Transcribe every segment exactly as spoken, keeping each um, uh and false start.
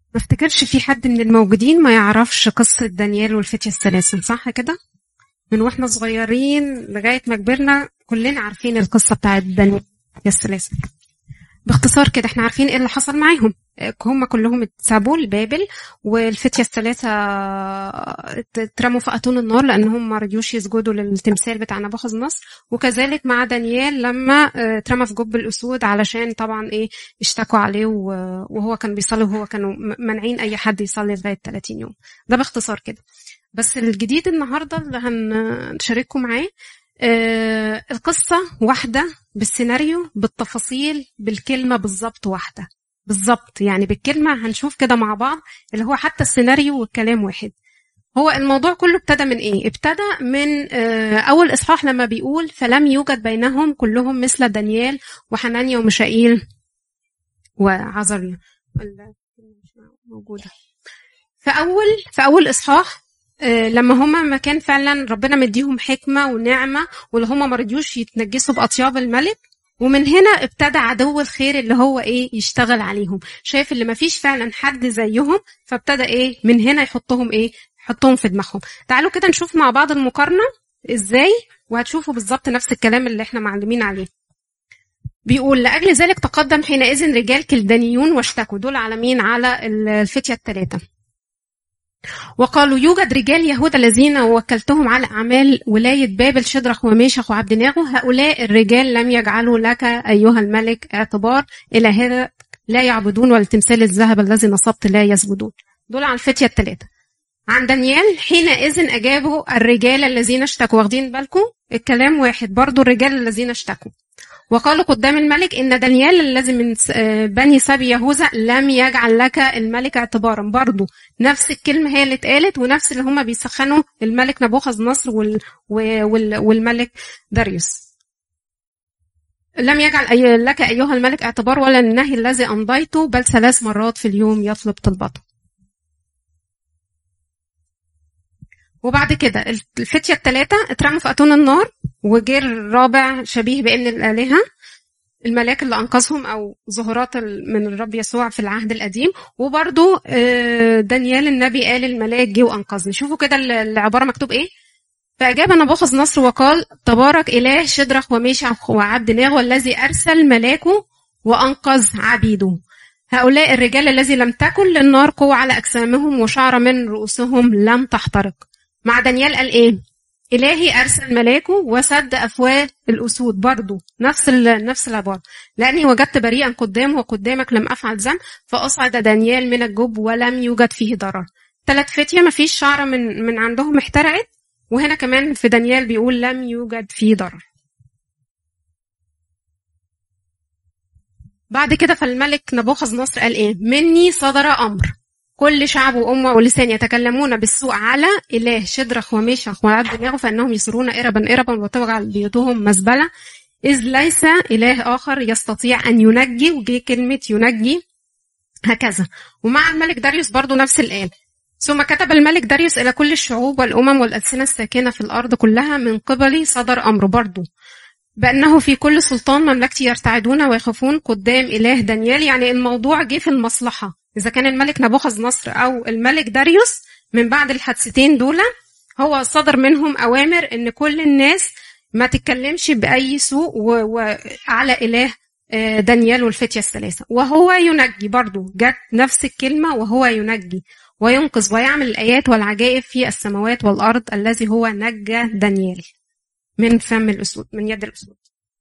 ما افتكرش في حد من الموجودين ما يعرفش قصة دانيال والفتية الثلاثة، صح كده؟ من واحنا صغيرين لغاية ما كبرنا كلنا عارفين القصة بتاعت دانيال الثلاثة. باختصار كده احنا عارفين ايه اللي حصل معاهم. هم كلهم اتسابوا لبابل، والفتية الثلاثة اترموا في أتون النار لأنهم ما رضيوش يسجدوا للتمثال بتاع نبوخذ نصر. وكذلك مع دانيال لما اترمى في جب الأسود علشان طبعا ايه اشتكوا عليه، وهو كان بيصلي وهو كانوا منعين أي حد يصلي لغاية ثلاثين يوم. ده باختصار كده. بس الجديد النهاردة اللي هنشارككم معاه آه القصة واحدة بالسيناريو بالتفاصيل بالكلمة بالظبط واحدة بالظبط، يعني بالكلمة هنشوف كده مع بعض اللي هو حتى السيناريو والكلام واحد. هو الموضوع كله ابتدى من ايه؟ ابتدى من آه اول اصحاح لما بيقول فلم يوجد بينهم كلهم مثل دانيال وحنانيا وميشائيل وعزريا. موجودة في اول في اول اصحاح لما هما ما كان فعلا ربنا مديهم حكمة ونعمة، واللي هما ما رضيوش يتنجسوا بأطياب الملك. ومن هنا ابتدى عدو الخير اللي هو ايه يشتغل عليهم، شايف اللي ما فيش فعلا حد زيهم، فابتدى ايه من هنا يحطهم ايه يحطهم في دماغهم. تعالوا كده نشوف مع بعض المقارنة ازاي، وهتشوفوا بالظبط نفس الكلام اللي احنا معلمين عليه. بيقول لأجل ذلك تقدم حينئذ رجال كلدانيون واشتكوا. دول على مين؟ على الفتية الثلاثة. وقالوا يوجد رجال يهود الذين وكلتهم على أعمال ولاية بابل شدرخ وميشخ وعبد ناغو، هؤلاء الرجال لم يجعلوا لك أيها الملك اعتبار، إلى هذا لا يعبدون والتمثال الذهب الذي نصبت لا يسجدون. دول عن الفتية الثلاثة. عن دانيال حينئذ أجابوا الرجال الذين اشتكوا. واخدين بالكم الكلام واحد برضو، الرجال الذين اشتكوا. وقالوا قدام الملك إن دانيال الذي من بني سبي يهوذا لم يجعل لك الملك اعتبارا. برضو نفس الكلمة هي اللي اتقالت، ونفس اللي هم بيسخنوا الملك نبوخذ نصر وال... وال... والملك داريوس. لم يجعل لك أيها الملك اعتبار ولا النهي الذي أمضيته، بل ثلاث مرات في اليوم يطلب طلبته. وبعد كده الفتية الثلاثة اترموا في أتون النار، وجه الرابع شبيه بأن الآلهة الملاك اللي أنقذهم أو ظهورات من الرب يسوع في العهد القديم. وبرضو دانيال النبي قال الملاك جه وأنقذني. شوفوا كده العبارة مكتوب إيه. فأجاب نبوخذ نصر وقال تبارك إله شدرخ وميشخ وعبد ناغو الذي أرسل ملاكه وأنقذ عبيده. هؤلاء الرجال الذي لم تكن للنار قوة على أجسامهم وشعر من رؤوسهم لم تحترق. مع دانيال قال إيه؟ إلهي أرسل ملاكه وسد أفواه الأسود. برضو نفس نفس العبارة. لأني وجدت بريئا قدامه وقدامك لم أفعل ذنب، فأصعد دانيال من الجب ولم يوجد فيه ضرر. ثلاث فتية ما فيش شعر من من عندهم احترقت، وهنا كمان في دانيال بيقول لم يوجد فيه ضرر. بعد كده فالملك نبوخذ نصر قال إيه؟ مني صدر أمر كل شعب وأمة ولسان يتكلمون بالسوء على إله شدرخ وميشخ وعبد ناغو، فإنهم يصرون إربا إربا وتجعل بيوتهم مزبلة، إذ ليس إله آخر يستطيع أن ينجي. وجي كلمة ينجي هكذا. ومع الملك داريوس برضو نفس الآل. ثم كتب الملك داريوس إلى كل الشعوب والأمم والألسنة الساكنة في الأرض كلها من قبل صدر أمر برضو بأنه في كل سلطان مملكتي يرتعدون ويخافون قدام إله دانيال. يعني الموضوع جه في المصلحة، إذا كان الملك نبوخذ نصر أو الملك داريوس من بعد الحادثتين دول هو صدر منهم أوامر إن كل الناس ما تتكلمش بأي سوء وعلى إله دانيال والفتية الثلاثة. وهو ينجي، برضو جت نفس الكلمة، وهو ينجي وينقذ ويعمل الآيات والعجائب في السماوات والأرض الذي هو نجى دانيال من فم الأسود، من يد الأسود.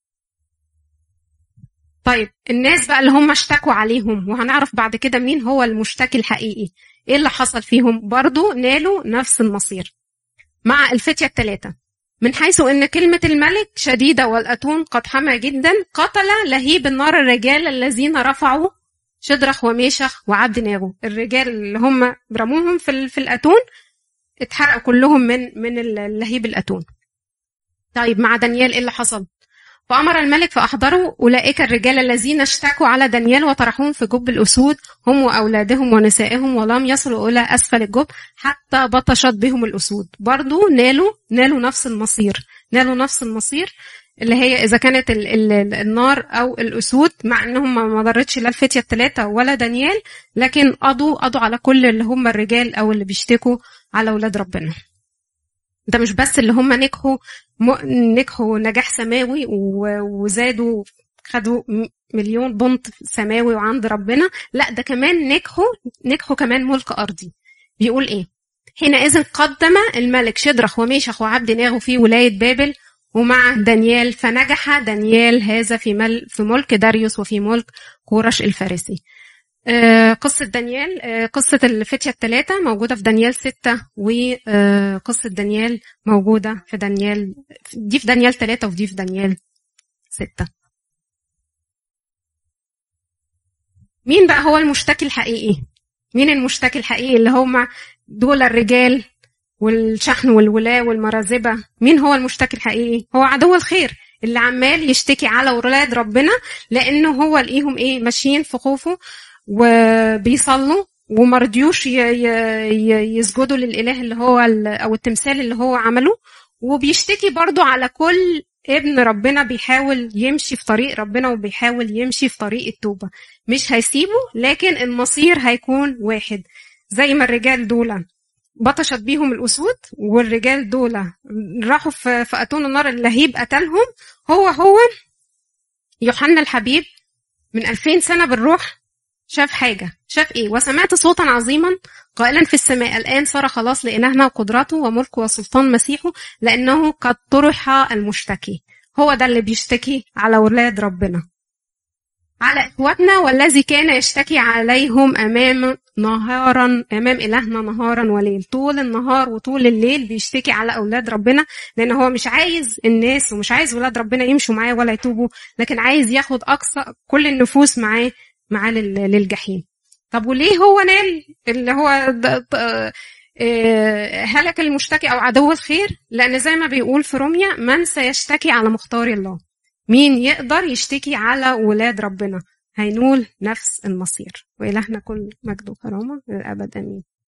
طيب الناس بقى اللي هم اشتكوا عليهم، وهنعرف بعد كده مين هو المشتكي الحقيقي، ايه اللي حصل فيهم؟ برضو نالوا نفس المصير مع الفتية الثلاثة. من حيث ان كلمة الملك شديدة والأتون قد حمى جدا، قتل لهيب النار الرجال الذين رفعوا شدرخ وميشخ وعبد ناغو. الرجال اللي هم برموهم في, في الأتون اتحرقوا كلهم من من اللهيب الأتون. طيب مع دانيال ايه اللي حصل؟ فأمر الملك فأحضروا أولئك الرجال الذين اشتكوا على دانيال وطرحوهم في جب الأسود هم وأولادهم ونسائهم، ولم يصلوا إلى أسفل الجب حتى بطشت بهم الأسود. برضو نالوا نالوا نفس المصير نالوا نفس المصير اللي هي اذا كانت ال ال النار او الاسود، مع انهم ما ضرتش لا الفتيه الثلاثه ولا دانيال، لكن قضوا قضوا على كل اللي هم الرجال او اللي بيشتكوا على اولاد ربنا. ده مش بس اللي هم نجحوا نجحوا نجاح سماوي وزادوا خدوا مليون بنط سماوي وعند ربنا، لا ده كمان نجحوا نجحوا كمان ملك ارضي. بيقول ايه؟ حينئذ قدم الملك شدرخ وميشخ وعبد ناغو في ولايه بابل ومع دانيال، فنجح دانيال هذا في مل في ملك داريوس وفي ملك كورش الفارسي. آه قصة دانيال، آه قصة الفتية الثلاثة موجودة في دانيال ستة، وقصة دانيال موجودة في دانيال، دي في دانيال ثلاثة ودي في دانيال ستة. مين بقى هو المشتكي الحقيقي؟ مين المشتكي الحقيقي اللي هم دول الرجال والشحن والولاة والمرازبة؟ مين هو المشتكي الحقيقي؟ هو عدو الخير اللي عمال يشتكي على ولاد ربنا، لأنه هو لقيهم إيه ماشيين في خوفه وبيصلوا ومرضيوش يسجدوا للإله اللي هو أو التمثال اللي هو عمله، وبيشتكي برضو على كل ابن ربنا بيحاول يمشي في طريق ربنا وبيحاول يمشي في طريق التوبة. مش هيسيبه، لكن المصير هيكون واحد. زي ما الرجال دول بطشت بيهم الأسود، والرجال دول راحوا في أتون النار اللهيب قتلهم، هو هو يوحنا الحبيب من ألفين سنة بالروح شاف حاجة. شاف إيه؟ وسمعت صوتا عظيما قائلا في السماء الآن صار خلاص لإلهنا وقدرته وملكه وسلطان مسيحه، لأنه قد طرح المشتكي. هو ده اللي بيشتكي على ولاد ربنا، على إخواتنا، والذي كان يشتكي عليهم أمام نهارا أمام إلهنا نهارا وليل. طول النهار وطول الليل بيشتكي على أولاد ربنا، لأن هو مش عايز الناس ومش عايز ولاد ربنا يمشوا معاه ولا يتوبوا، لكن عايز ياخد أقصى كل النفوس معاه معاه للجحيم. طب وليه هو نال اللي هو هلك المشتكي أو عدو الخير؟ لأن زي ما بيقول في روميا من سيشتكي على مختار الله؟ مين يقدر يشتكي على ولاد ربنا؟ هينول نفس المصير. وإلهنا كل مجد وكرامة للأبد آمين.